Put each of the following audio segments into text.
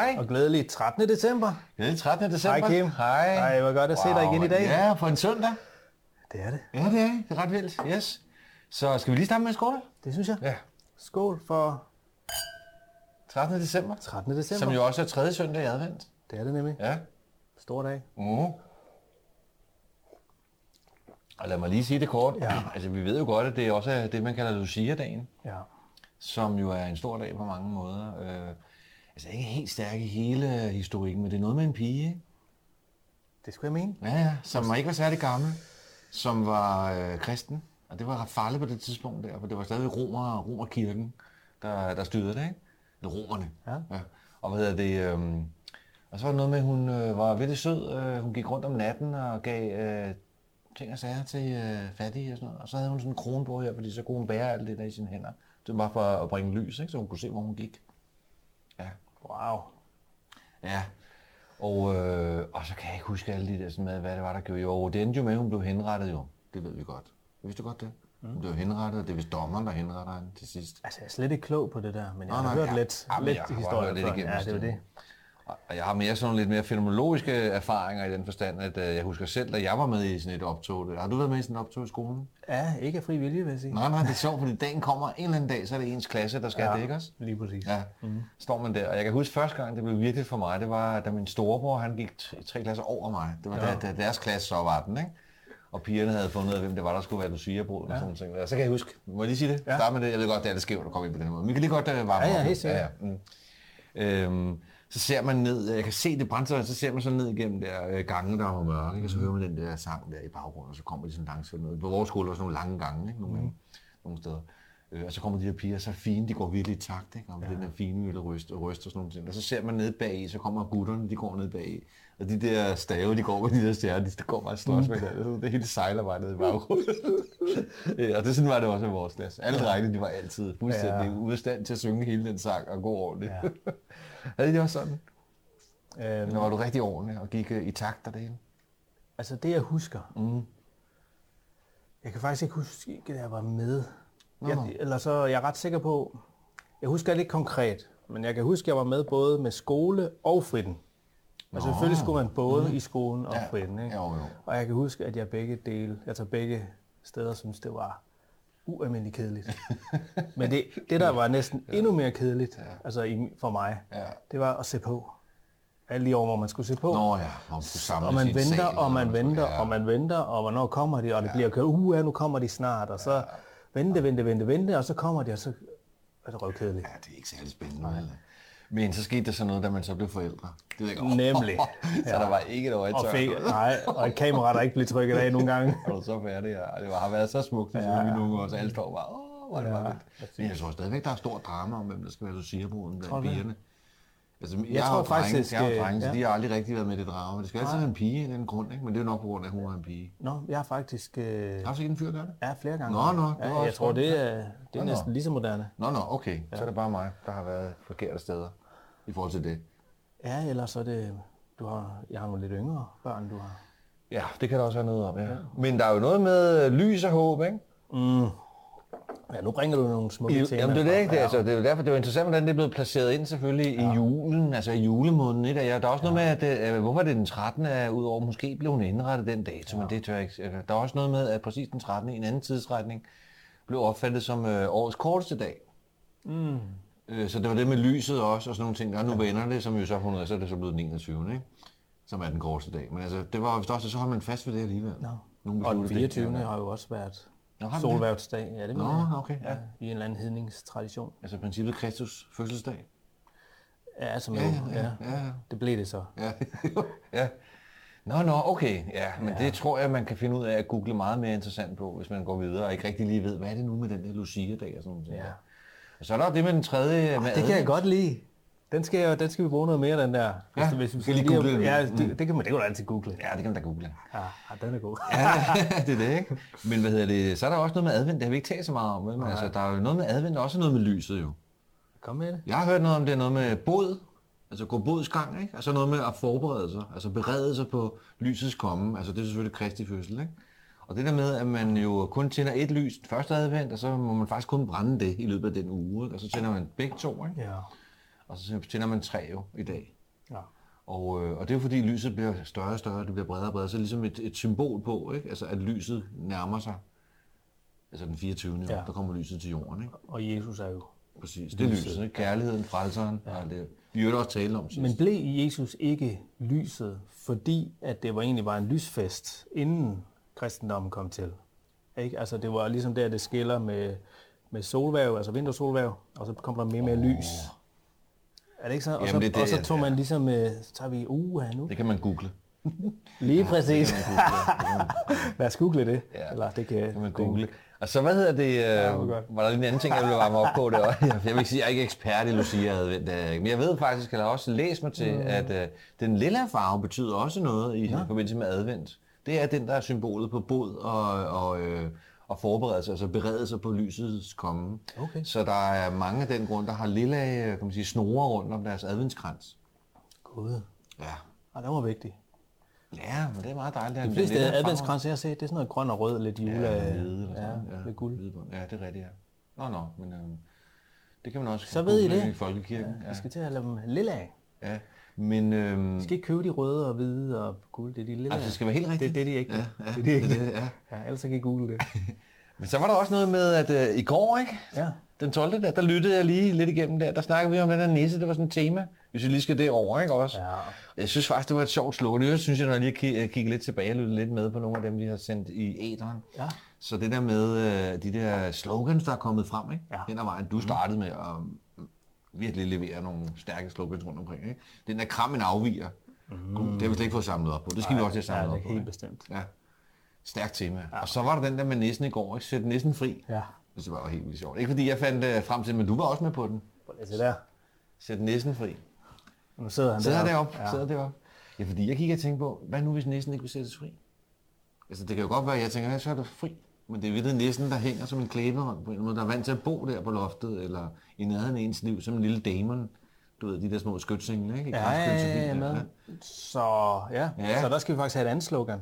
Hej. Og glædelig 13. december. Glædelig 13. december. Hej Kim. Hej. Hej, hvor godt at se dig igen i dag. Ja, for en søndag. Det er det. Ja, det er det. Det er ret vildt. Yes. Så skal vi lige starte med en skål? Det synes jeg. Ja. Skål for 13. december. 13. december. Som jo også er tredje søndag i advent. Det er det nemlig. Ja. Stor dag. Og lad mig lige sige det kort. Ja. Altså, vi ved jo godt, at det også er det, man kalder Lucia-dagen. Ja. Som jo er en stor dag på mange måder. Altså ikke helt stærk i hele historikken, men det er noget med en pige, ikke? Det skulle jeg mene. Ja, som ikke var særlig gammel, som var kristen. Og det var ret farligt på det tidspunkt der, for det var stadig romerkirken, der styrede det, ikke? Eller romerne. Ja. Og hvad hedder det? Og så var det noget med, at hun var virkelig sød. Hun gik rundt om natten og gav ting og sager til fattige og sådan noget. Og så havde hun sådan en krone på her, fordi så kunne hun bære alt det der i sine hænder. Det var bare for at bringe lys, ikke? Så hun kunne se, hvor hun gik. Ja. Wow. Ja. Og så kan jeg ikke huske alle de der sådan med, hvad det var, der gjorde. Jo, det endte jo med, at hun blev henrettet jo. Det ved vi godt. Vidste du godt det? Hun blev henrettet, og det er vist dommeren, der henretter hende til sidst. Altså, jeg er slet ikke klog på det der, men jeg har hørt lidt historier lidt igennem. Ja, det var det. Og jeg har mere sådan lidt mere fenomenologiske erfaringer i den forstand, at jeg husker selv, da jeg var med i sådan et optog. Har du været med i sådan et optog i skolen? Ja, ikke af fri vilje, vil jeg sige. Nej, det er sjovt, fordi dagen kommer en eller anden dag, så er det ens klasse, der skal det, ikke også? Lige præcis. Ja, står man der. Og jeg kan huske første gang, det blev virkelig for mig, det var, da min storebror, han gik 3 klasser over mig. Det var da deres klasse, så var den, ikke? Og pigerne havde fundet ud af, hvem det var, der skulle være Lucia-bruden og sådan noget. Og så kan jeg huske, må jeg lige sige det? Ja. Start med det. Jeg ved godt, det er lidt skævt at komme ind på den måde. Men vi kan lige godt varme op. Ja, helt sikkert. Så ser man ned, jeg kan se det brændte, så ser man så ned igennem der gange, der var mørke, og så hører man den der sang der i baggrunden, og så kommer de sådan langsomt ned. På vores skole var sådan nogle lange gange, ikke? Nogle steder. Og så kommer de her piger, så fine, de går virkelig i takt, ikke? Og med den der fine mølle ryst og sådan nogle ting. Og så ser man ned bag, så kommer gutterne, de går ned bag. Og de der stave, de går med de der stjerner, de går bare og slås med det. Det hele sejler bare ned i baggrunden. Og det sådan var det også i vores klasse. Alle drengene, de var altid fuldstændig ude af stand til at synge hele den sang og gå ordentligt. Ja. Havde de også sådan? Når var du rigtig ordentlig og gik i takt derinde? Altså det jeg husker, jeg kan faktisk ikke huske, at jeg var med. Jeg er ret sikker på, jeg husker det ikke konkret, men jeg kan huske, at jeg var med både med skole og fritten. Altså selvfølgelig skulle man både i skolen og fritten, ikke? Jo. Og jeg kan huske, at jeg begge steder synes det var ualmindeligt kedeligt. Men det der var næsten endnu mere kedeligt, altså for mig, det var at se på. Alle de år, hvor man skulle se på. Og man venter, og man venter, og man venter, og hvornår kommer de, og det bliver kørt, nu kommer de snart, og så vente, og så kommer de, og så er det røvkedeligt. Ja, det er ikke særlig spændende. Men så skete der så noget, da man så blev forældre. Det ved jeg godt. Nemlig. Så der var ikke et øje tør. Nej, og et kamera, der ikke blev trykket af nogle gange. Og du så færdig, og det har været så smukt, siden vi nogle år, så alle står bare, hvor det var vildt. Men jeg tror stadigvæk, der er stor drama om, hvem der skal være Lucia-bruden blandt pigerne. Altså, jeg tror faktisk, jeg har drenge, så de har aldrig rigtig været med det drama. Det skal altid være en pige i den grund, ikke? Men det er jo nok på grund af, at hun var en pige. Nå, jeg har faktisk... Har du set en fyr gøre det? Ja, flere gange. Jeg tror, det er næsten lige så moderne. Okay. Så er det bare mig, der har været forkerte steder i forhold til det. Ja, ellers så er det... Jeg har nogle lidt yngre børn, du har. Ja, det kan der også være noget om, ja. Men der er jo noget med lys og håb, ikke? Ja, nu bringer du nogle smukke temaer. Jamen det er det ikke, altså, det er jo derfor, det er jo interessant, hvordan det er blevet placeret ind selvfølgelig i julen, altså i julemåneden. Ikke? Der er også noget med, at hvorfor er det den 13. Udover måske blev hun indrettet den dato, men det tør jeg ikke. Der er også noget med, at præcis den 13. i en anden tidsretning blev opfattet som årets korteste dag. Så det var det med lyset også, og sådan nogle ting. Der er nu vender det, som jo så fundet, så er det så blevet den 21. Ikke? Som er den korteste dag. Men altså, det var vist også, så har man fast ved det alligevel. Og den 24. har jo også været solværvsdag. Ja, det okay, ja. I en eller anden hedningstradition. Altså princippet Kristus fødselsdag? Ja, det blev det så. Ja. Okay. Ja, men det tror jeg, man kan finde ud af at google meget mere interessant på, hvis man går videre og ikke rigtig lige ved, hvad er det nu med den der Lucia-dag og sådan noget. Ja. Og så er der det med den tredje... Det kan jeg godt lide. Den skal vi bruge noget mere, den der. Hvis vi skal lige google den. Ja, det kan du altid google. Ja, det kan man da google. Ja, den er god. Ja, det er det, ikke? Men hvad hedder det? Så er der også noget med advent, det har vi ikke talt så meget om. Men altså, der er jo noget med advent, og også noget med lyset jo. Kom med det. Jeg har hørt noget om det, noget med bod. Altså gå bodsgang, ikke? Altså noget med at forberede sig. Altså berede sig på lysets komme. Altså det er selvfølgelig Kristi fødsel, ikke? Og det der med, at man jo kun tænder et lys første advent, og så må man faktisk kun brænde det i løbet af den uge, ikke? Og så tænder man begge to, ikke? Ja. Og så tænder man 3 jo i dag. Ja. Og det er jo fordi lyset bliver større og større, det bliver bredere og bredere, så ligesom et symbol på, ikke? Altså at lyset nærmer sig, altså den 24. Der kommer lyset til jorden. Ikke? Og Jesus er jo... Præcis, det er lyset, ikke? Kærligheden, frelseren, og det vi jo også tale om sidst. Men blev Jesus ikke lyset, fordi at det egentlig var en lysfest, inden kristendommen kom til? Ikke? Altså det var ligesom der, det skiller med solværv, altså vintersolværv, og så kommer der mere lys. Er det ikke så? Og, jamen, så tog man ligesom, så tager vi nu. Det kan man google. Lige præcis. Lad os google det. Ja, eller det kan man google. Og så, hvad hedder det, var der lige en anden ting, jeg ville varme op på det også? Jeg vil ikke sige, at jeg er ikke ekspert i Lucia-advent, men jeg ved faktisk, eller også læst mig til, at den lilla farve betyder også noget i forbindelse med advent. Det er den, der er symbolet på bod og forberedelse, altså berede sig på lysets komme. Okay. Så der er mange af den grund, der har lilla, kan man sige, snore rundt om deres adventskrans. Gud. Ja. Og det var vigtigt. Ja, men det er meget dejligt. De fleste adventskrans, jeg har set, det er sådan noget grøn og rød, lidt jule. Ja, hvide, lidt guld. Ja, det er rigtigt, ja. Nå, men det kan man også så ved I det. I folkekirken. Ja, vi skal til at lave dem lilla af. Ja, men... Vi skal ikke købe de røde og hvide og guld, det er de lilla. Altså, det skal være helt rigtigt. Det er det, de ikke. Ja, det er de ikke. Det, ja, ellers kan I google det. Men så var der også noget med, at i går, ikke? Ja. Den 12. der lyttede jeg lige lidt igennem der snakkede vi om den der nisse, det var sådan et tema. Hvis vi lige skal derover, ikke også? Ja. Jeg synes faktisk, det var et sjovt slogan. Jeg synes, når jeg lige kigger lidt tilbage og lytter lidt med på nogle af dem, vi har sendt i æteren. Ja. Så det der med de der slogans, der er kommet frem, ikke? Ja. Den er vejen, du startede med at virkelig levere nogle stærke slogans rundt omkring, ikke? Den der kram en afviger. Det har vi slet ikke fået samlet op på. Det skal vi også have samlet op på. Ja, det er helt bestemt. Ja. Stærkt tema. Ja. Og så var der den der med nissen i går, ikke? Sæt nissen fri. Ja. Det var helt vildt sjovt. Ikke fordi jeg fandt frem til, men du var også med på den. Det der. Sæt nissen fri. Nu sidder han deroppe. Sidder deroppe. Ja, fordi jeg kigger og tænker på, hvad nu hvis nissen ikke vil sættes fri? Altså det kan jo godt være, at jeg tænker, så er det fri. Men det er virkelig nissen, der hænger som en klæbehånd på en måde, der er vant til at bo der på loftet, eller i nærheden af ens liv, som en lille dæmon. Du ved, de der små skytsengle, ikke? Ja, med. Så så der skal vi faktisk have et andet slogan.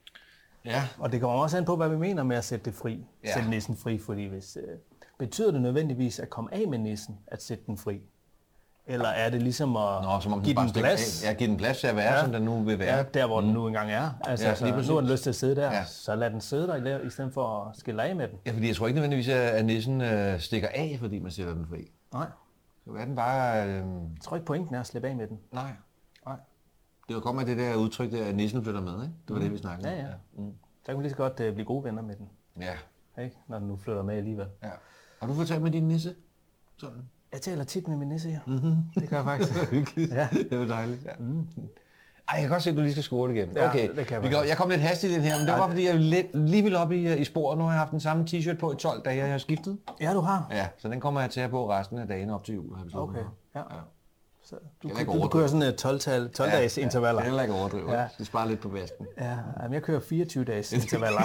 Ja. Og det kommer også an på, hvad vi mener med at sætte det fri. Ja. Sætte nissen fri, fordi hvis... betyder det nødvendigvis at komme af med nissen, at sætte den fri? Eller er det ligesom at give den plads? Ja, give den plads til at være, som den nu vil være. Ja, der hvor den nu engang er. Altså, nu har den lyst til at sidde der, så lad den sidde der, i stedet for at skille af med den. Ja, fordi jeg tror ikke nødvendigvis, at nissen stikker af, fordi man sætter den fri. Nej. Så er den bare... Jeg tror ikke pointen er at slippe af med den. Nej. Det var godt med det der udtryk, der, at nissen flytter med, ikke? Det var det, vi snakkede om. Ja. Så kan vi lige så godt blive gode venner med den. Ja. Ikke? Når den nu flytter med alligevel. Ja. Har du fået talt med din nisse? Sådan. Jeg taler tit med min nisse her. Det gør jeg faktisk. Hyggeligt. Ja. Det var dejligt. Ja. Ej, jeg kan godt se, at du lige skal score det igennem. Ja, okay, det kan jeg kom lidt hastigt ind her, men det var fordi, jeg lige ville op i sporet. Nu har jeg haft den samme t-shirt på i 12 dage, jeg har skiftet. Ja, du har. Ja, så den kommer jeg til at på resten af dagen op til jul. Okay, ja. Så du kører sådan et 12-dages intervaller. Det er ikke overdrive. Ja. Det sparer lidt på vasken. Ja, men jeg kører 24-dages intervaller.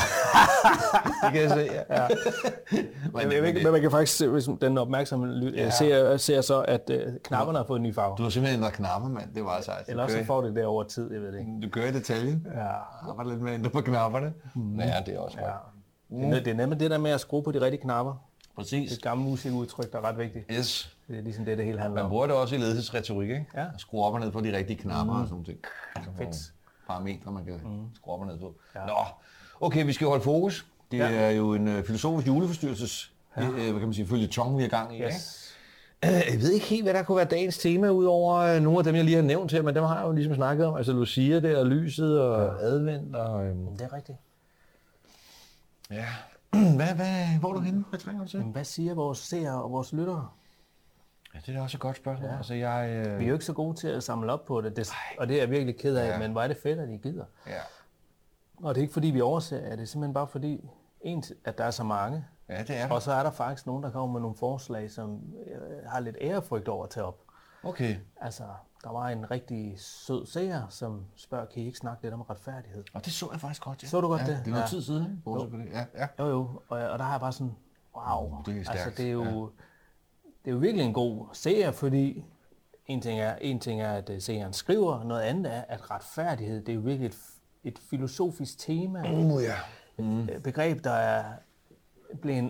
Det kan jeg se, ja. Men man kan faktisk se, hvis den opmærksomme ser så, at knapperne har fået en ny farve. Du har simpelthen ændret knapper, mand. Det var sejt. Eller også får det der over tid, jeg ved det ikke. Du kører i detaljen. Ja. Arbejder lidt med at ændre på knapperne. Ja, det er også godt. Det er nemlig det der med at skrue på de rigtige knapper. Præcis. Det gamle musikudtryk, der er ret vigtigt. Yes. Det er ligesom det hele handler om. Man bruger det også i ledelsesretorik, ikke? Ja. At skrue op og ned på de rigtige knapper og sådan ting. Fedt. Parametre, man kan skrue op og ned på. Ja. Nå, okay, vi skal holde fokus. Det er jo en filosofisk juleforstyrrelses, hvad kan man sige, føljeton, vi er gang i, ikke? Jeg ved ikke helt, hvad der kunne være dagens tema, udover nogle af dem, jeg lige har nævnt her, men dem har jeg jo ligesom snakket om. Altså Lucia der, og lyset og advent. Og, det er rigtigt. Ja. Hvor er du henne? Hvad trænger du til? Hvad siger vores seere og vores lyttere? Ja, det er også et godt spørgsmål. Ja. Altså, Vi er jo ikke så gode til at samle op på det, og det er jeg virkelig ked af, men hvor er det fedt, at I gider. Ja. Og det er ikke fordi, vi overser, det er simpelthen bare fordi, at der er så mange. Ja, det er. Og så er der faktisk nogen, der kommer med nogle forslag, som har lidt ærefrygt over at tage op. Okay. Altså, der var en rigtig sød seer, som spørger, kan I ikke snakke lidt om retfærdighed? Og det så jeg faktisk godt, ja. Så du godt det? Det er noget tid siden, ikke? På det. Ja. Jo. Og der har jeg bare sådan, wow. Det er stærkt. Altså, det er jo virkelig en god seer, fordi en ting er, at seeren skriver, noget andet er, at retfærdighed, det er jo virkelig et filosofisk tema. Ja. Begreb, der er blevet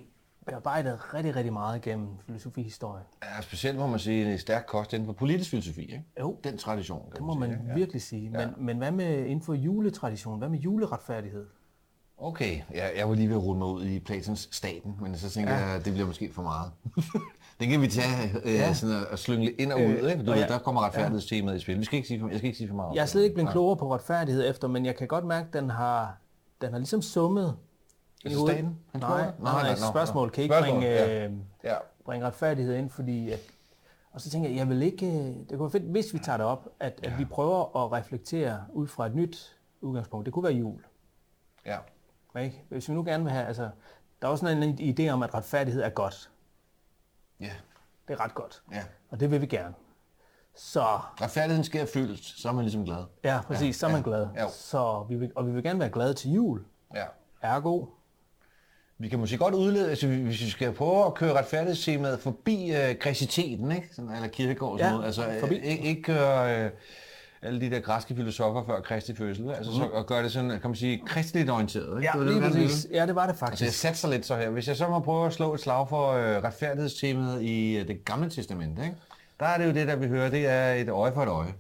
bearbejdet rigtig, rigtig meget gennem filosofihistorien. Ja, specielt må man sige en stærk kost inden for politisk filosofi, ikke? Jo. Den tradition. Det må man virkelig sige. Men hvad med inden for juletradition? Hvad med juleretfærdighed? Okay, jeg var lige ved at rulle mig ud i Platons Staten, men så tænker jeg, at det bliver måske for meget. Det kan vi tage sådan at slynge lidt ind og ud, ikke? Du ved, der kommer retfærdighedstemaet i spil. Jeg skal ikke sige for meget. Jeg er slet ikke blevet klogere på retfærdighed efter, men jeg kan godt mærke, at den har ligesom summet i hovedet. Staten? Nej, spørgsmål kan ikke bringe retfærdighed ind, fordi og så tænker jeg vil ikke, det kunne være fedt, hvis vi tager det op, at vi prøver at reflektere ud fra et nyt udgangspunkt. Det kunne være jul. Ja. Ikke? Hvis vi nu gerne vil have, altså, der er også en idé om, at retfærdighed er godt. Ja. Det er ret godt. Ja. Og det vil vi gerne. Så retfærdigheden sker fyldt, så er man ligesom glad. Ja, præcis, så er man glad. Ja. Så vi vil gerne være glade til jul. Ja. Ergo. Vi kan måske godt udlede, altså hvis vi skal prøve at køre retfærdighedstemaet forbi græsiteten, ikke? Sådan, eller Kierkegaard og sådan noget. Altså ikke køre alle de der græske filosofer før Kristi fødsel, altså så at gøre det sådan, kan man sige, kristeligt orienteret, ikke? Ja, lige præcis. Ja, det var det faktisk. Altså jeg satser lidt så her. Hvis jeg så må prøve at slå et slag for retfærdighedstemaet i det gamle testamente, ikke? Der er det jo det, der vi hører, det er et øje for et øje.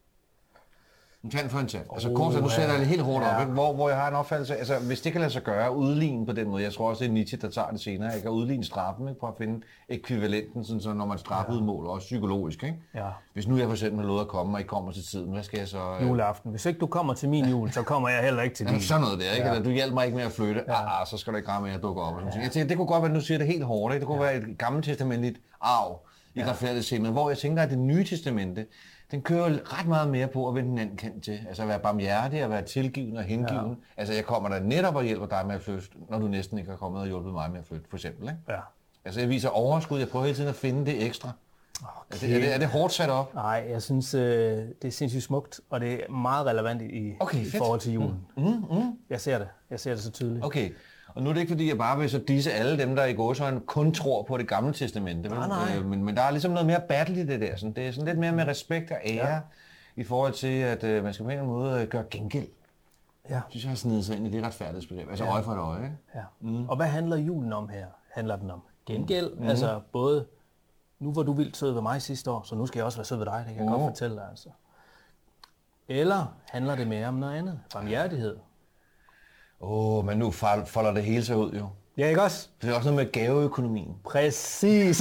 En tand for en tand. Altså korset, nu sætter jeg det helt hårdt op, ikke? Hvor jeg har en opfattelse, altså hvis det kan lade sig gøre, udligne på den måde, jeg tror også, det er Nietzsche, der tager det senere, ikke? At udligne straffen, ikke? Prøv at finde ekvivalenten, sådan, så når man strafudmåler, også psykologisk, ikke? Ja. Hvis nu jeg for eksempel har lovet at komme, og ikke kommer til tiden, hvad skal jeg så... Juleaften. Hvis ikke du kommer til min jul, så kommer jeg heller ikke til din. Ja, sådan noget der, ikke? Ja. Eller du hjælper mig ikke med at flytte, så skal du ikke ramme med at dukke op. Og sådan. Jeg tænker, det kunne godt være, at nu siger det helt hårdt, ikke? Det kunne være et gammeltestamentligt arv i retfærdighedstemaet, hvor jeg tænker, at det nye testamente, den kører ret meget mere på at vende den anden kendt til. Altså at være barmhjertig, at være tilgivende og hengiven. Ja. Altså jeg kommer der netop og hjælper dig med at flytte, når du næsten ikke har kommet og hjulpet mig med at flytte, for eksempel. Ikke? Ja. Altså jeg viser overskud, jeg prøver hele tiden at finde det ekstra. Okay. Er det hårdt sat op? Nej, jeg synes, det er sindssygt smukt, og det er meget relevant i forhold til julen. Jeg ser det så tydeligt. Okay. Og nu er det ikke fordi, jeg bare vil så disse alle dem, der i gåseøjne kun tror på det gamle testamente. Men der er ligesom noget mere battle i det der. Sådan. Det er sådan lidt mere med respekt og ære i forhold til, at man skal på en eller anden måde gøre gengæld. Ja. Synes jeg har snedet sig ind i det retfærdighedsbegreb. Altså øje for et øje. Ikke? Ja. Og hvad handler julen om her? Handler den om gengæld? Altså både, nu var du vildt sød ved mig sidste år, så nu skal jeg også være sød ved dig. Det kan jeg godt fortælle dig. Altså. Eller handler det mere om noget andet? Barmhjertighed? Men nu folder det hele sig ud, jo. Ja, ikke også? Det er også noget med gaveøkonomien. Præcis.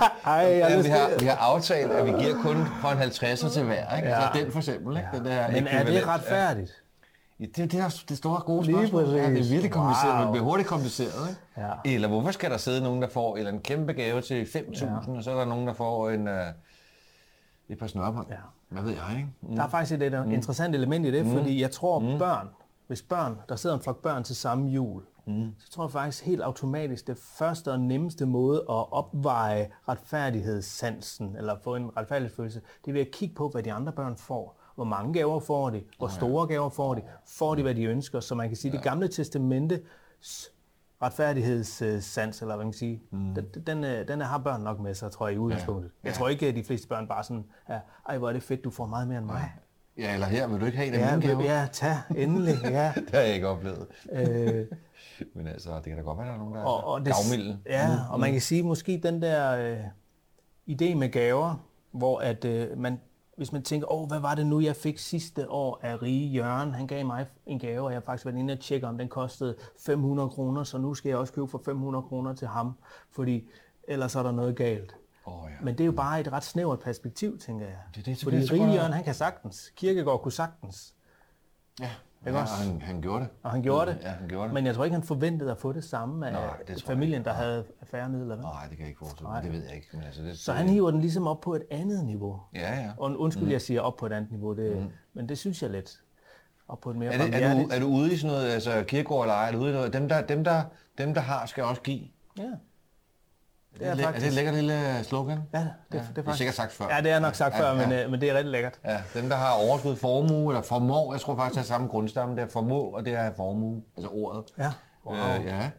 Vi har aftalt, at vi giver kun for en 50'er til hver, ikke? Ja. Altså den for eksempel, ikke? Den der men er det retfærdigt? Ja, det er det store gode spørgsmål. Ja, det er virkelig kompliceret, men det bliver hurtigt kompliceret, ikke? Ja. Eller hvorfor skal der sidde nogen, der får en kæmpe gave til 5.000, og så er der nogen, der får et par snørbånd? Ja. Hvad ved jeg, ikke? Der er faktisk et interessant element i det, fordi jeg tror hvis børn, der sidder en flok børn til samme jul, så tror jeg faktisk helt automatisk, det første og nemmeste måde at opveje retfærdighedssansen, eller få en retfærdighedsfølelse, det er ved at kigge på, hvad de andre børn får. Hvor mange gaver får de? Hvor store gaver får de? Får de, hvad de ønsker? Så man kan sige, det gamle testamente retfærdighedssans, eller hvad man kan sige, den har børn nok med sig, tror jeg, i udgangspunktet. Jeg tror ikke, at de fleste børn bare sådan, ej, hvor er det fedt, du får meget mere end mig. Ja, eller her, vil du ikke have det af mine gaver? Ja, tag, endelig, ja. Det har jeg ikke oplevet. Men altså, det kan da godt være, der er nogen, der er gavmilde. Ja, og man kan sige, måske den der idé med gaver, hvor at hvis man tænker, hvad var det nu, jeg fik sidste år af rige Jørgen? Han gav mig en gave, og jeg har faktisk været inde og tjekke, om den kostede 500 kroner, så nu skal jeg også købe for 500 kroner til ham, fordi ellers er der noget galt. Men det er jo bare et ret snævert perspektiv, tænker jeg. Fordi rige Jørgen, han kan sagtens. Kierkegaard kunne sagtens. Ja, han gjorde det. Og han gjorde det. Ja, han gjorde det. Men jeg tror ikke, han forventede at få det samme af familien, der havde færre midler. Nej, det kan jeg ikke forestille mig. Det ved jeg ikke. Men altså, så han hiver den ligesom op på et andet niveau. Ja. Og undskyld, jeg siger op på et andet niveau, men det synes jeg lidt. Op på et mere er du ude i sådan noget, altså Kierkegaard eller ej, er du ude i noget? Dem, der har, skal også give. Ja. Er det et lækkert lille slogan? Ja, det er sikkert sagt før. Ja, det er nok sagt før, men det er rigtig lækkert. Ja, dem, der har overskud formue, eller formår, jeg tror faktisk, det er samme grundstamme, det er formå, og det er formue, altså ordet. Ja, wow. Ja.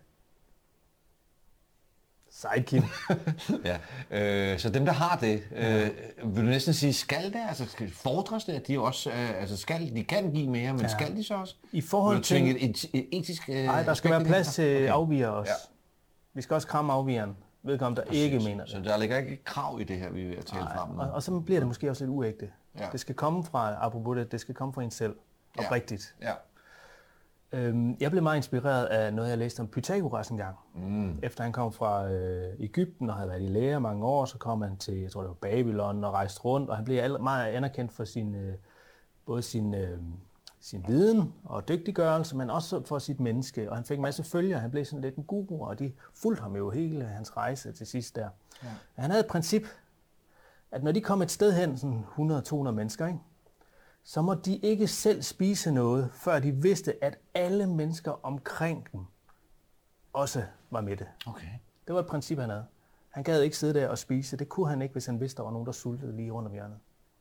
Sidekick. Ja, så dem, der har det, vil du næsten sige, skal det? Altså, fordres det, at de også, de kan give mere, men skal de så også? I forhold til... et etisk... Nej, der skal være plads til afviger også. Vi skal også kramme afvigeren. Vedkommende, der ikke mener det. Så der ligger ikke krav i det her, vi er ved at tale frem nu. Og så bliver det måske også lidt uægte. Ja. Det skal komme fra, apropos det skal komme fra en selv. Oprigtigt. Ja. Jeg blev meget inspireret af noget, jeg læste om Pythagoras engang. Efter han kom fra Egypten og havde været i lære mange år, så kom han til, jeg tror det var Babylon og rejste rundt, og han blev meget anerkendt for både sin viden og dygtiggørelse, men også for sit menneske. Og han fik en masse følgere, han blev sådan lidt en guru, og de fulgte ham jo hele hans rejse til sidst der. Ja. Han havde et princip, at når de kom et sted hen, sådan 100-200 mennesker, ikke? Så må de ikke selv spise noget, før de vidste, at alle mennesker omkring dem også var mætte. Okay. Det var et princip, han havde. Han gad ikke sidde der og spise. Det kunne han ikke, hvis han vidste, der var nogen, der sultede lige rundt om hjørnet.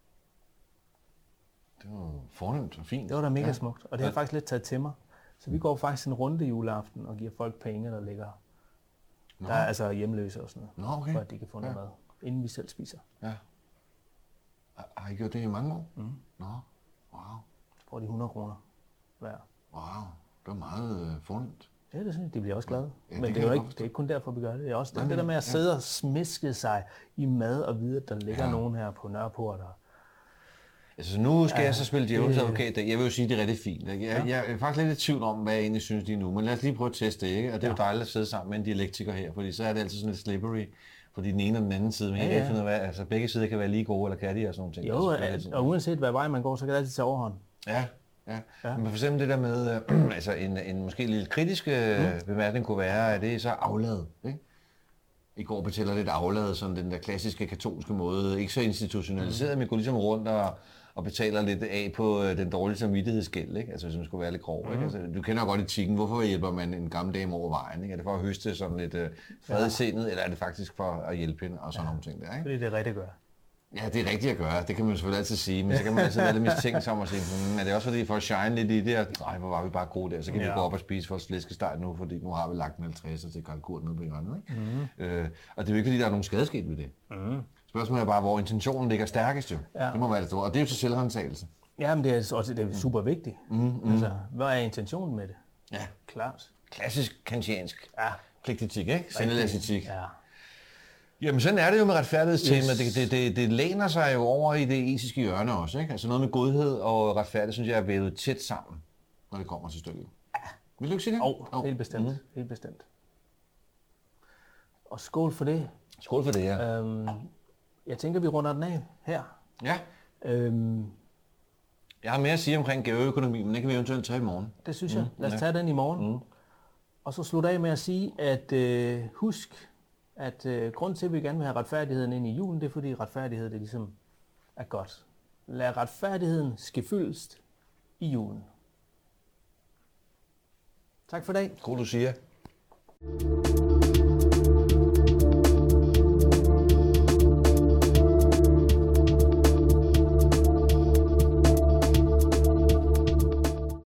Det var fornemt og fint. Det var da mega smukt, og det har faktisk lidt taget til mig. Så vi går faktisk en runde juleaften og giver folk penge, der ligger. Der er altså hjemløse og sådan noget, for at de kan få noget mad, inden vi selv spiser. Ja. Har I gjort det i mange år? Nå, wow. Så får de 100 kroner hver. Wow, det var meget fornemt. Ja, det synes jeg, de bliver også glade. Ja, men det er ikke kun derfor, vi gør det. Det er også det der med at sidde og smiske sig i mad og vide, at der ligger nogen her på Nørreport. Altså nu skal jeg så spille djævelens advokat. Jeg vil jo sige, det er rigtig fint. Jeg er faktisk lidt i tvivl om, hvad jeg egentlig synes lige nu. Men lad os lige prøve at teste det, ikke? Og det er jo dejligt at sidde sammen med en dialektiker her, fordi så er det altid sådan lidt slippery. Fordi den ene og den anden side, men jeg kan ikke finde ud af, altså begge sider kan være lige gode, eller kan de og sådan nogle ting. Jo, og uanset hvad vej man går, så kan det altid tage overhånd. Ja. Men for eksempel det der med, altså en måske lidt kritisk bemærkning kunne være, at det er så afladet, ikke? I går betaler lidt afladet, sådan den der klassiske katolske måde, ikke så institutionaliseret, men går ligesom rundt og betaler lidt af på den dårlige samvittighedsgæld, ikke? Altså hvis man skulle være lidt grov, ikke? Altså, du kender jo godt etikken. Hvorfor hjælper man en gammel dame over vejen, ikke? Er det for at høste sådan lidt fred i sindet, eller er det faktisk for at hjælpe hende og sådan nogle ting der, ikke? Fordi det er rigtigt at gøre. Ja, det er rigtigt at gøre. Det kan man selvfølgelig altid sige, men så kan man altid være lidt mistænksom og sige, er det også fordi for at shine lidt i det, og nej, hvor var vi bare gode der, så kan vi gå op og spise vores flæskesteg nu, fordi nu har vi lagt en 50'er til kalkurt nede på hjørnet, ikke? Og det er jo ikke fordi, der er nogen skadesket ved det. Spørgsmålet er bare, hvor intentionen ligger stærkest jo. Ja. Det må være det store, og det er jo til selvhåndsagelse. Ja, men det er super vigtigt. Altså, hvad er intentionen med det? Ja. Klart. Klassisk kantiansk pligtetik, ikke? Sindelæsetik. Ja. Jamen sådan er det jo med retfærdighedstema. Det læner sig jo over i det etiske hjørne også, ikke? Altså noget med godhed og retfærdighed, synes jeg er vævet tæt sammen, når det kommer til stykket. Ja. Vil du ikke sige det? Helt bestemt. Helt bestemt. Og skål for det. Skål for det, ja. Jeg tænker, vi runder den af her. Ja. Jeg har mere at sige omkring gaveøkonomi, men det kan vi eventuelt tage i morgen. Det synes jeg. Lad os tage den i morgen. Og så slutte af med at sige, at husk, at grund til, at vi gerne vil have retfærdigheden ind i julen, det er fordi retfærdighed det ligesom er godt. Lad retfærdigheden ske fyldest i julen. Tak for i dag. God du siger.